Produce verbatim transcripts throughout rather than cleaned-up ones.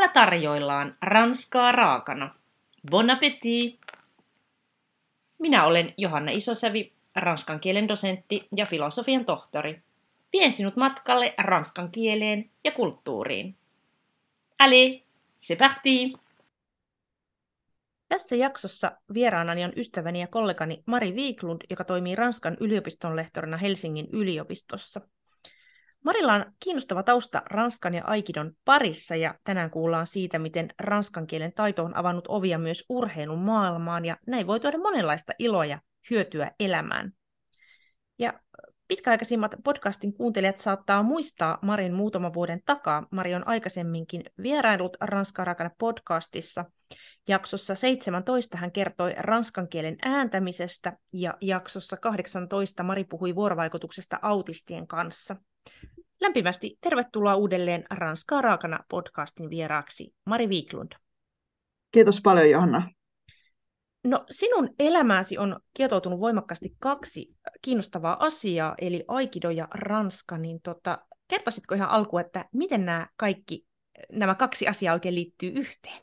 tarjoillaan ranskaa raakana. Bon appétit! Minä olen Johanna Isosävi, ranskan kielen dosentti ja filosofian tohtori. Vien sinut matkalle ranskan kieleen ja kulttuuriin. Allez, c'est parti! Tässä jaksossa vieraanani on ystäväni ja kollegani Mari Wiklund, joka toimii Ranskan yliopistonlehtorina Helsingin yliopistossa. Marilla on kiinnostava tausta ranskan ja aikidon parissa, ja tänään kuullaan siitä, miten ranskan kielen taito on avannut ovia myös urheilun maailmaan, ja näin voi tuoda monenlaista iloa ja hyötyä elämään. Ja pitkäaikaisimmat podcastin kuuntelijat saattaa muistaa Marin muutaman vuoden takaa. Mari on aikaisemminkin vierailut Ranskaa raakana podcastissa. Jaksossa seitsemäntoista hän kertoi ranskan kielen ääntämisestä, ja jaksossa kahdeksantoista Mari puhui vuorovaikutuksesta autistien kanssa. Lämpimästi tervetuloa uudelleen Ranskaa raakana podcastin vieraaksi, Mari Wiklund. Kiitos paljon, Johanna. No, sinun elämääsi on kietoutunut voimakkaasti kaksi kiinnostavaa asiaa, eli aikido ja ranska. Niin tota, kertoisitko ihan alkuun, että miten nämä kaikki, nämä kaksi asiaa oikein liittyy yhteen?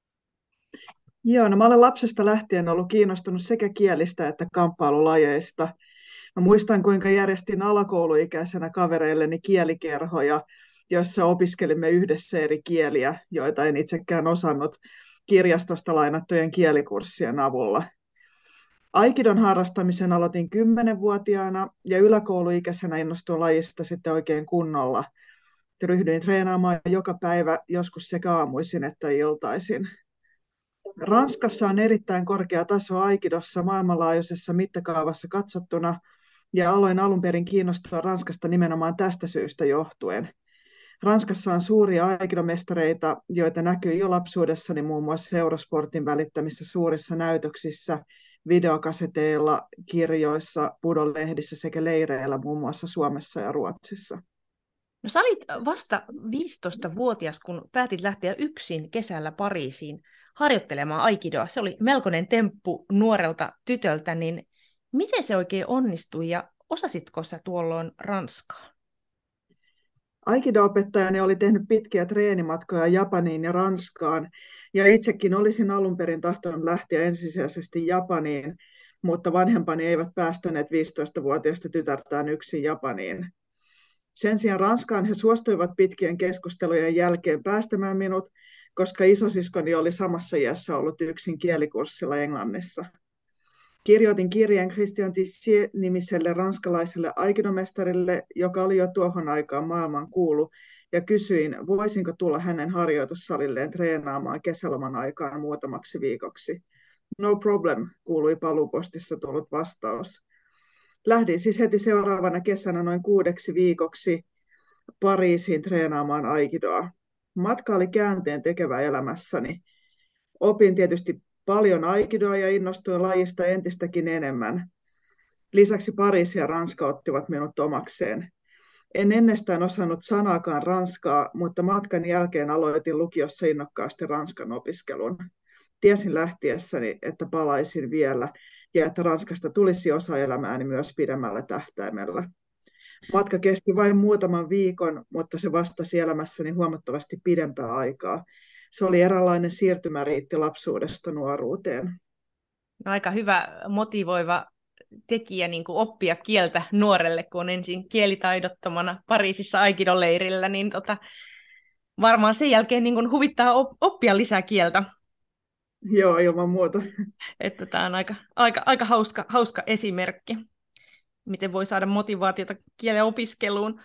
Joo, no mä olen lapsesta lähtien ollut kiinnostunut sekä kielistä että kamppailulajeista. Mä muistan, kuinka järjestin alakouluikäisenä kavereilleni kielikerhoja, joissa opiskelimme yhdessä eri kieliä, joita en itsekään osannut kirjastosta lainattujen kielikurssien avulla. Aikidon harrastamisen aloitin kymmenvuotiaana ja yläkouluikäisenä innostuin lajista sitten oikein kunnolla. Ryhdyin treenaamaan joka päivä, joskus sekä aamuisin että iltaisin. Ranskassa on erittäin korkea taso aikidossa maailmanlaajuisessa mittakaavassa katsottuna, ja aloin alun perin kiinnostua Ranskasta nimenomaan tästä syystä johtuen. Ranskassa on suuria aikidomestareita, joita näkyy jo lapsuudessani muun muassa Eurosportin välittämissä suurissa näytöksissä, videokaseteilla, kirjoissa, pudonlehdissä sekä leireillä muun muassa Suomessa ja Ruotsissa. No sä olit vasta viisitoistavuotias, kun päätit lähteä yksin kesällä Pariisiin harjoittelemaan aikidoa. Se oli melkoinen temppu nuorelta tytöltä, niin miten se oikein onnistui ja osasitko sä tuolloin ranskaa? Aikido-opettajani oli tehnyt pitkiä treenimatkoja Japaniin ja Ranskaan, ja itsekin olisin alun perin tahtonut lähteä ensisijaisesti Japaniin, mutta vanhempani eivät päästäneet viisitoistavuotiaasta tytärtään yksin Japaniin. Sen sijaan Ranskaan he suostuivat pitkien keskustelujen jälkeen päästämään minut, koska isosiskoni oli samassa iässä ollut yksin kielikurssilla Englannissa. Kirjoitin kirjeen Christian Tissier-nimiselle ranskalaiselle aikidomestarille, joka oli jo tuohon aikaan maailman kuulu, ja kysyin, voisinko tulla hänen harjoitussalilleen treenaamaan kesäloman aikaan muutamaksi viikoksi. No problem, kuului paluupostissa tullut vastaus. Lähdin siis heti seuraavana kesänä noin kuudeksi viikoksi Pariisiin treenaamaan aikidoa. Matka oli käänteen tekevä elämässäni. Opin tietysti paljon aikidoa ja innostuin lajista entistäkin enemmän. Lisäksi Pariisi ja Ranska ottivat minut omakseen. En ennestään osannut sanaakaan ranskaa, mutta matkan jälkeen aloitin lukiossa innokkaasti ranskan opiskelun. Tiesin lähtiessäni, että palaisin vielä ja että Ranskasta tulisi osa elämääni myös pidemmällä tähtäimellä. Matka kesti vain muutaman viikon, mutta se vastasi elämässäni huomattavasti pidempää aikaa. Se oli eräänlainen siirtymäriitti lapsuudesta nuoruuteen. No, aika hyvä motivoiva tekijä niin kuin oppia kieltä nuorelle, kun on ensin kielitaidottomana Pariisissa aikidoleirillä, niin tota, varmaan sen jälkeen niin kuin huvittaa oppia lisää kieltä. Joo, ilman muuta. Että tämä on aika, aika, aika hauska, hauska esimerkki, miten voi saada motivaatiota kielen opiskeluun.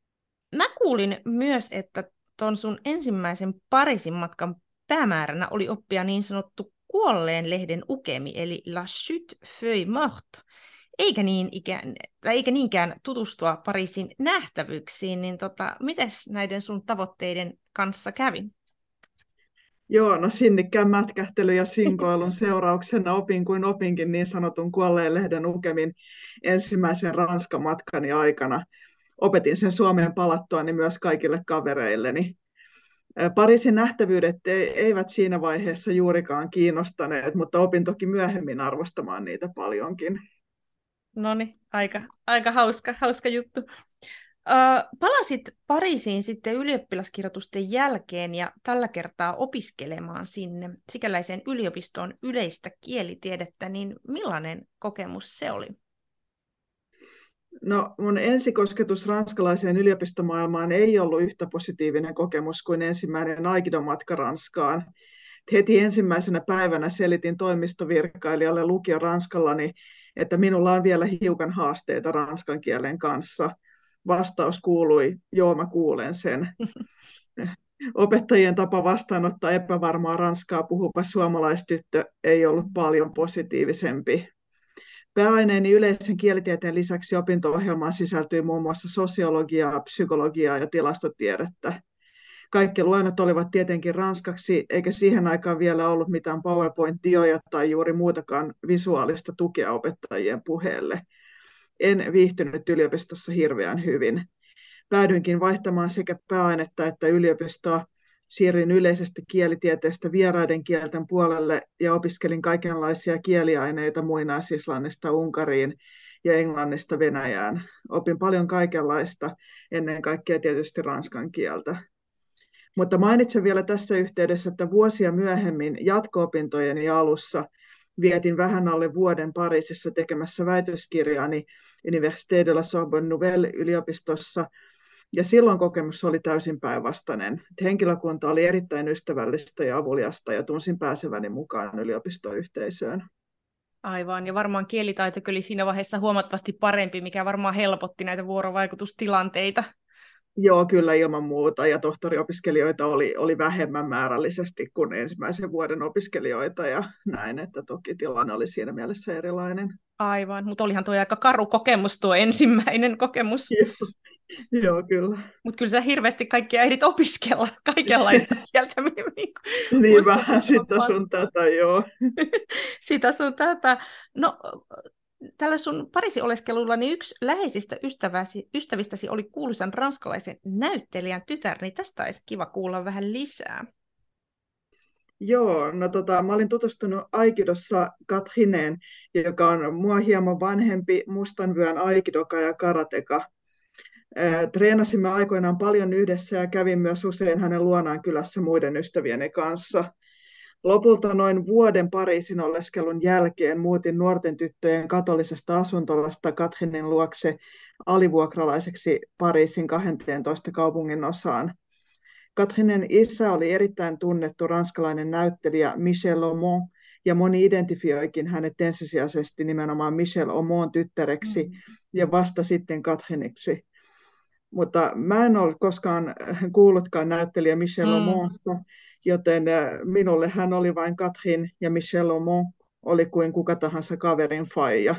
Mä kuulin myös, että tuon sun ensimmäisen Pariisin matkan päämääränä oli oppia niin sanottu kuolleen lehden ukemi, eli la chute feuille morte, eikä, niin ikään, eikä niinkään tutustua Pariisin nähtävyyksiin. Niin tota, mites näiden sun tavoitteiden kanssa kävi? Joo, no sinnikkään mätkähtelyn ja sinkoilun seurauksena opin kuin opinkin niin sanotun kuolleen lehden ukemin ensimmäisen Ranskan matkani aikana. Opetin sen Suomeen palattuani myös kaikille kavereilleni. Pariisin nähtävyydet eivät siinä vaiheessa juurikaan kiinnostaneet, mutta opin toki myöhemmin arvostamaan niitä paljonkin. No niin, aika, aika hauska, hauska juttu. Ö, palasit Pariisiin sitten ylioppilaskirjoitusten jälkeen ja tällä kertaa opiskelemaan sinne sikäläiseen yliopistoon yleistä kielitiedettä, niin millainen kokemus se oli? No, mun ensikosketus ranskalaiseen yliopistomaailmaan ei ollut yhtä positiivinen kokemus kuin ensimmäinen Aikidon matka Ranskaan. Heti ensimmäisenä päivänä selitin toimistovirkailijalle lukion ranskallani, että minulla on vielä hiukan haasteita ranskan kielen kanssa. Vastaus kuului, joo mä kuulen sen. Opettajien tapa vastaanottaa epävarmaa ranskaa puhuva suomalaistyttö ei ollut paljon positiivisempi. Pääaineeni yleisen kielitieteen lisäksi opinto-ohjelmaan sisältyi muun muassa sosiologiaa, psykologiaa ja tilastotiedettä. Kaikki luennot olivat tietenkin ranskaksi, eikä siihen aikaan vielä ollut mitään PowerPoint-dioja tai juuri muutakaan visuaalista tukea opettajien puheelle. En viihtynyt yliopistossa hirveän hyvin. Päädyinkin vaihtamaan sekä pääainetta että yliopistoa. Siirryin yleisestä kielitieteestä vieraiden kielten puolelle ja opiskelin kaikenlaisia kieliaineita muinais-Islannista Unkariin ja Englannista Venäjään. Opin paljon kaikenlaista, ennen kaikkea tietysti ranskan kieltä. Mutta mainitsen vielä tässä yhteydessä, että vuosia myöhemmin jatko-opintojeni alussa vietin vähän alle vuoden Pariisissa tekemässä väitöskirjaani Université de la Sorbonne Nouvelle yliopistossa, ja silloin kokemus oli täysin päinvastainen. Henkilökunta oli erittäin ystävällistä ja avuliasta ja tunsin pääseväni mukaan yliopistoyhteisöön. Aivan, ja varmaan kielitaito oli siinä vaiheessa huomattavasti parempi, mikä varmaan helpotti näitä vuorovaikutustilanteita. Joo, kyllä ilman muuta, ja tohtoriopiskelijoita oli, oli vähemmän määrällisesti kuin ensimmäisen vuoden opiskelijoita, ja näin, että toki tilanne oli siinä mielessä erilainen. Aivan, mutta olihan tuo aika karu kokemus, tuo ensimmäinen kokemus. Joo, joo kyllä. Mutta kyllä sä hirveästi kaikkia ehdit opiskella kaikenlaista kieltä. Niin vähän sitä sun tätä, joo. Sitä sun tätä. No, tällä sun Pariisin oleskelulla niin yksi läheisistä ystäväsi, ystävistäsi oli kuuluisan ranskalaisen näyttelijän tytär, niin tästä olisi kiva kuulla vähän lisää. Joo, no tota, mä olin tutustunut Aikidossa Katrineen, joka on mua hieman vanhempi mustanvyön aikidoka ja karateka. Ää, treenasimme aikoinaan paljon yhdessä ja kävin myös usein hänen luonaan kylässä muiden ystävieni kanssa. Lopulta noin vuoden Pariisin oleskelun jälkeen muutin nuorten tyttöjen katolisesta asuntolasta Katrinen luokse alivuokralaiseksi Pariisin kahteentoista kaupungin osaan. Katrinen isä oli erittäin tunnettu ranskalainen näyttelijä Michel Aumont, ja moni identifioikin hänet ensisijaisesti nimenomaan Michel Aumont tyttäreksi mm. ja vasta sitten Katriniksi. Mutta mä en ole koskaan kuullutkaan näyttelijä Michel mm. Aumontsta, joten minulle hän oli vain Katrin ja Michel Aumont oli kuin kuka tahansa kaverin faija.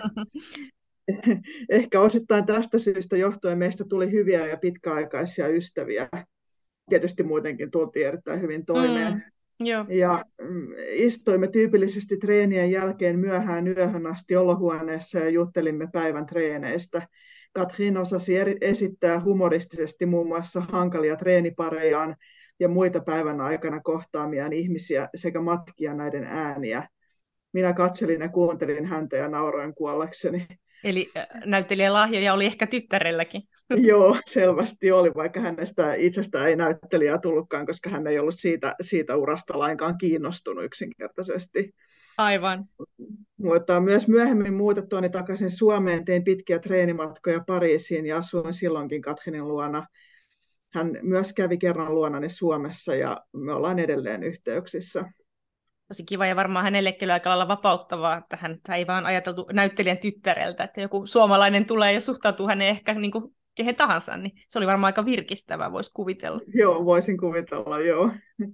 Ehkä osittain tästä syystä johtuen meistä tuli hyviä ja pitkäaikaisia ystäviä. Tietysti muutenkin tultiin erittäin hyvin toimeen. Mm, joo. Ja istuimme tyypillisesti treenien jälkeen myöhään yöhön asti olohuoneessa ja juttelimme päivän treeneistä. Katrin osasi eri- esittää humoristisesti muun muassa hankalia treeniparejaan ja muita päivän aikana kohtaamiaan ihmisiä sekä matkia näiden ääniä. Minä katselin ja kuuntelin häntä ja nauroin kuollakseni. Eli näyttelijän lahjoja oli ehkä tyttärelläkin. Joo, selvästi oli, vaikka hänestä itsestään ei näyttelijää tullutkaan, koska hän ei ollut siitä, siitä urasta lainkaan kiinnostunut yksinkertaisesti. Aivan. Mutta myös myöhemmin muutettuani takaisin Suomeen tein pitkiä treenimatkoja Pariisiin ja asuin silloinkin Katrinin luona. Hän myös kävi kerran luonani Suomessa ja me ollaan edelleen yhteyksissä. Tosi kiva ja varmaan hänellekin oli aika lailla vapauttavaa, että hän ei vaan ajateltu näyttelijän tyttäreltä, että joku suomalainen tulee ja suhtautuu häneen ehkä niin kuin kehen tahansa, niin se oli varmaan aika virkistävää, voisi kuvitella. Joo, voisin kuvitella, joo.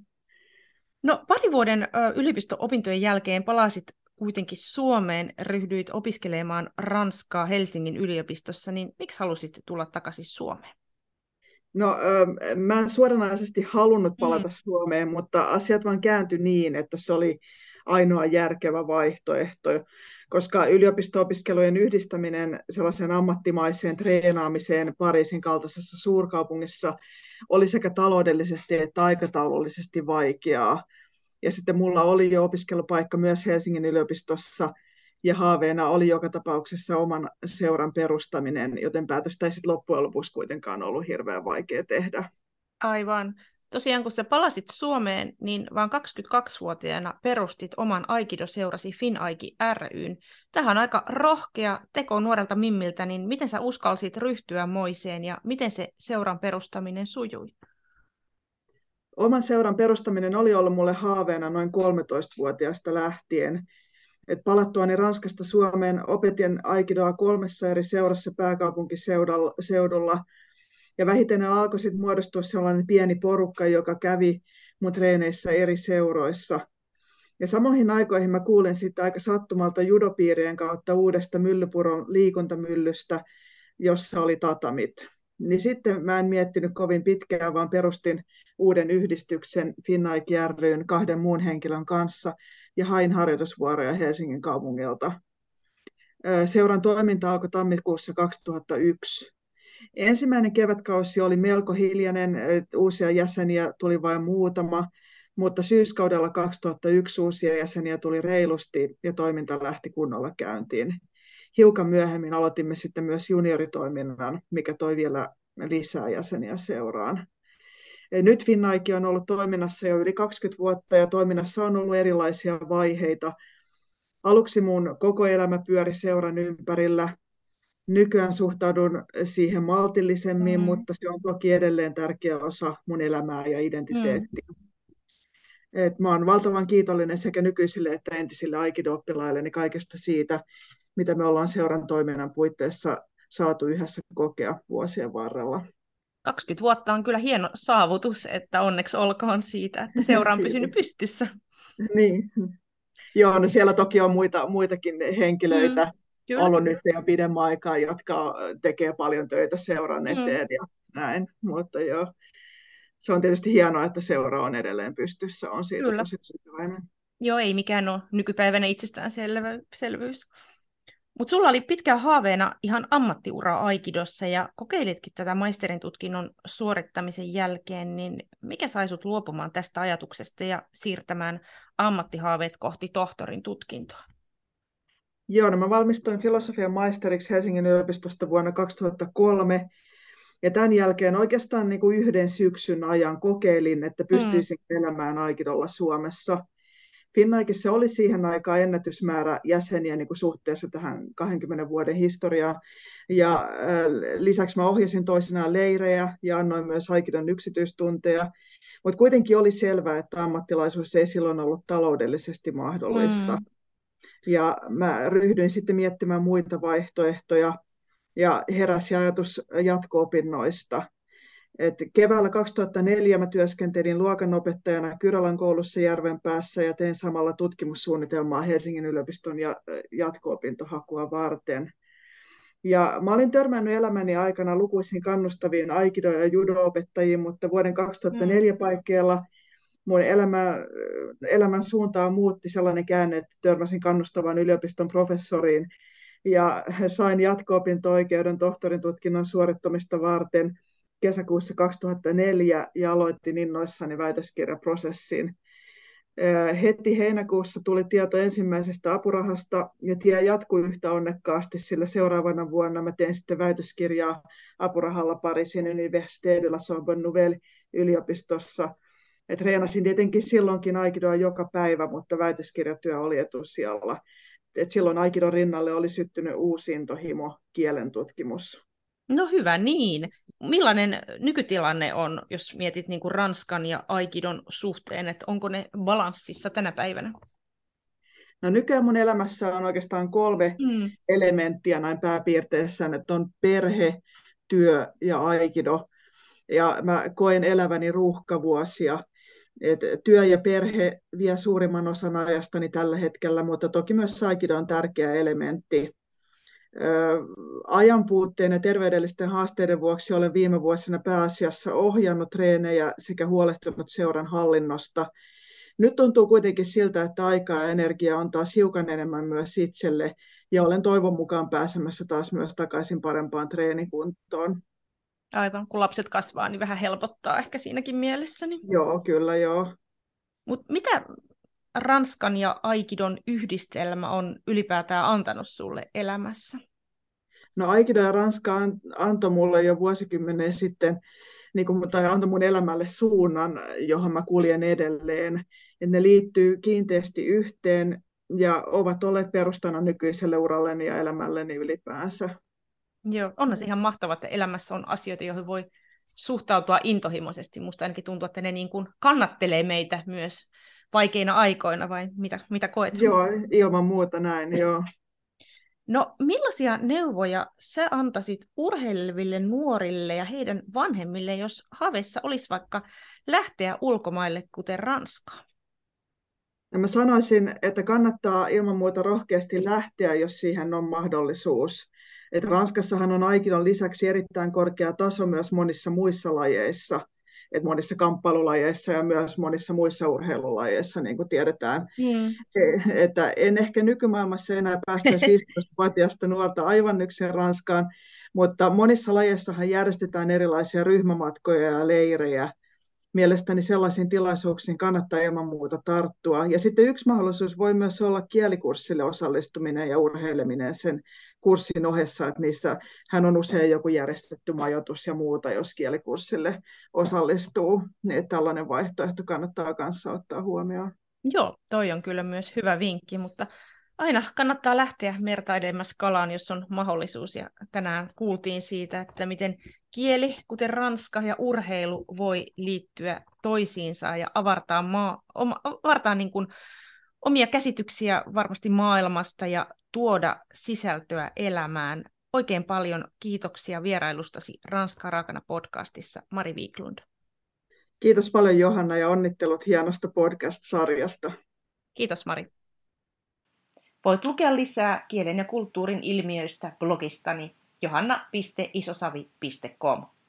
No pari vuoden ö, yliopisto-opintojen jälkeen palasit kuitenkin Suomeen, ryhdyit opiskelemaan Ranskaa Helsingin yliopistossa, niin miksi halusit tulla takaisin Suomeen? No, mä en suoranaisesti halunnut palata mm. Suomeen, mutta asiat vaan kääntyi niin, että se oli ainoa järkevä vaihtoehto, koska yliopisto-opiskelujen yhdistäminen sellaiseen ammattimaiseen treenaamiseen Pariisin kaltaisessa suurkaupungissa oli sekä taloudellisesti että aikataulullisesti vaikeaa. Ja sitten mulla oli jo opiskelupaikka myös Helsingin yliopistossa, ja haaveena oli joka tapauksessa oman seuran perustaminen, joten päätöstä ei sitten loppujen lopuksi kuitenkaan ollut hirveän vaikea tehdä. Aivan. Tosiaan kun sä palasit Suomeen, niin vaan kaksikymmentäkaksivuotiaana perustit oman Aikido-seurasi FinAiki ry:n. Tähän on aika rohkea teko nuorelta mimmiltä, niin miten sä uskalsit ryhtyä moiseen ja miten se seuran perustaminen sujui? Oman seuran perustaminen oli ollut mulle haaveena noin kolmetoistavuotiaasta lähtien. Et palattuani Ranskasta Suomeen opetin Aikidoa kolmessa eri seurassa pääkaupunkiseudulla. Ja vähitellen alkoi sitten muodostua sellainen pieni porukka, joka kävi mun treeneissä eri seuroissa. Ja samoihin aikoihin mä kuulin sitten aika sattumalta judopiirien kautta uudesta Myllypuron liikuntamyllystä, jossa oli tatamit. Niin sitten mä en miettinyt kovin pitkään, vaan perustin uuden yhdistyksen FinAiki ry:n kahden muun henkilön kanssa ja hain harjoitusvuoroja Helsingin kaupungilta. Seuran toiminta alkoi tammikuussa kaksituhattayksi. Ensimmäinen kevätkausi oli melko hiljainen, uusia jäseniä tuli vain muutama, mutta syyskaudella kaksituhattayksi uusia jäseniä tuli reilusti ja toiminta lähti kunnolla käyntiin. Hiukan myöhemmin aloitimme sitten myös junioritoiminnan, mikä toi vielä lisää jäseniä seuraan. Nyt FinAiki on ollut toiminnassa jo yli kaksikymmentä vuotta ja toiminnassa on ollut erilaisia vaiheita. Aluksi mun koko elämä pyöri seuran ympärillä. Nykyään suhtaudun siihen maltillisemmin, mm. mutta se on toki edelleen tärkeä osa mun elämää ja identiteettiä. Mm. Et mä oon valtavan kiitollinen sekä nykyisille että entisille Aikido-oppilaille kaikesta siitä, mitä me ollaan seuran toiminnan puitteissa saatu yhdessä kokea vuosien varrella. kaksikymmentä vuotta on kyllä hieno saavutus, että onneksi olkoon siitä, että seura on pysynyt pystyssä. Niin. Joo, no siellä toki on muita, muitakin henkilöitä mm, kyllä, ollut kyllä. nyt jo pidemmän aikaa, jotka tekee paljon töitä seuran eteen mm. ja näin, mutta joo. Se on tietysti hienoa, että seura on edelleen pystyssä, on siitä kyllä. tosi tyytyväinen. Joo, ei mikään ole nykypäivänä itsestäänselvyys. Mutta sulla oli pitkään haaveena ihan ammattiura Aikidossa ja kokeilitkin tätä maisterin tutkinnon suorittamisen jälkeen, niin mikä sai sut luopumaan tästä ajatuksesta ja siirtämään ammattihaaveet kohti tohtorin tutkintoa? Joo, no mä valmistuin filosofian maisteriksi Helsingin yliopistosta vuonna kaksituhattakolme ja tämän jälkeen oikeastaan niin kuin yhden syksyn ajan kokeilin, että pystyisin mm. elämään Aikidolla Suomessa. FinAikissa oli siihen aikaan ennätysmäärä jäseniä niin kuin suhteessa tähän kahdenkymmenen vuoden historiaan. Ja äh, lisäksi mä ohjasin toisinaan leirejä ja annoin myös Aikidon yksityistunteja. Mutta kuitenkin oli selvää, että ammattilaisuus ei silloin ollut taloudellisesti mahdollista. Mm. Ja mä ryhdyin sitten miettimään muita vaihtoehtoja ja heräsi ajatus jatko-opinnoista. Et keväällä kaksituhattaneljä mä työskentelin luokanopettajana Kyrälan koulussa Järvenpäässä ja tein samalla tutkimussuunnitelmaa Helsingin yliopiston jatko-opintohakua varten. Ja mä olin törmännyt elämäni aikana lukuisiin kannustaviin aikido- ja judo-opettajiin, mutta vuoden kaksituhattaneljä paikkeilla mun elämän, elämän suuntaa muutti sellainen käänne, että törmäsin kannustavan yliopiston professoriin ja sain jatko-opinto-oikeuden tohtorin tutkinnon suorittamista varten kesäkuussa kaksituhattaneljä ja aloitin innoissani väitöskirjaprosessin. Heti heinäkuussa tuli tieto ensimmäisestä apurahasta ja tie jatkui yhtä onnekkaasti, sillä seuraavana vuonna mä tein sitten väitöskirjaa apurahalla Pariisin Université de la Sorbonne Nouvelle yliopistossa. Et treenasin tietenkin silloinkin aikidoa joka päivä, mutta väitöskirjatyö oli etusijalla. Et silloin aikidon rinnalle oli syttynyt uusi intohimo, kielentutkimus. No hyvä niin. Millainen nykytilanne on, jos mietit niin kuin Ranskan ja Aikidon suhteen, että onko ne balanssissa tänä päivänä? No nykyään mun elämässä on oikeastaan kolme mm. elementtiä näin pääpiirteissään, että on perhe, työ ja Aikido. Ja mä koen eläväni ruuhkavuosia. Et työ ja perhe vie suurimman osan ajastani tällä hetkellä, mutta toki myös Aikido on tärkeä elementti. Ajanpuutteen ja terveydellisten haasteiden vuoksi olen viime vuosina pääasiassa ohjannut treenejä sekä huolehtinut seuran hallinnosta. Nyt tuntuu kuitenkin siltä, että aikaa ja energiaa on taas hiukan enemmän myös itselle ja olen toivon mukaan pääsemässä taas myös takaisin parempaan treenikuntoon. Aivan, kun lapset kasvaa, niin vähän helpottaa ehkä siinäkin mielessä. Niin... Joo, kyllä joo. Mut mitä Ranskan ja Aikidon yhdistelmä on ylipäätään antanut sulle elämässä? No Aikido ja Ranska antoi mulle jo vuosikymmenen sitten, niin kuin, tai antoi mun elämälle suunnan, johon mä kuljen edelleen. Et ne liittyy kiinteästi yhteen ja ovat olleet perustana nykyiselle uralleni ja elämälleni ylipäänsä. Joo, onhan se ihan mahtavaa, että elämässä on asioita, joihin voi suhtautua intohimoisesti. Musta ainakin tuntuu, että ne niin kuin kannattelee meitä myös vaikeina aikoina, vai mitä, mitä koet? Joo, ilman muuta näin, joo. No, millaisia neuvoja sä antaisit urheileville nuorille ja heidän vanhemmille, jos haaveissa olisi vaikka lähteä ulkomaille, kuten Ranskaan? Ja mä sanoisin, että kannattaa ilman muuta rohkeasti lähteä, jos siihen on mahdollisuus. Et Ranskassahan on Aikidon lisäksi erittäin korkea taso myös monissa muissa lajeissa, et monissa kamppailulajeissa ja myös monissa muissa urheilulajeissa, niin kuin tiedetään. Mm. Että en ehkä nykymaailmassa enää päästäisi viisitoistavuotiaasta nuorta aivan yksin Ranskaan, mutta monissa lajeissahan järjestetään erilaisia ryhmämatkoja ja leirejä. Mielestäni sellaisiin tilaisuuksiin kannattaa ilman muuta tarttua. Ja sitten yksi mahdollisuus voi myös olla kielikurssille osallistuminen ja urheileminen sen kurssin ohessa, että niissä hän on usein joku järjestetty majoitus ja muuta, jos kielikurssille osallistuu. Niin tällainen vaihtoehto kannattaa kanssa ottaa huomioon. Joo, toi on kyllä myös hyvä vinkki, mutta aina kannattaa lähteä merta edemmäs kalaan, jos on mahdollisuus. Ja tänään kuultiin siitä, että miten kieli, kuten ranska ja urheilu, voi liittyä toisiinsa ja avartaa, maa, oma, avartaa niin kuin omia käsityksiä varmasti maailmasta ja tuoda sisältöä elämään. Oikein paljon kiitoksia vierailustasi Ranskan raakana podcastissa, Mari Wiklund. Kiitos paljon Johanna ja onnittelut hienosta podcast-sarjasta. Kiitos Mari. Voit lukea lisää kielen ja kulttuurin ilmiöistä blogistani johanna piste isosavi piste com.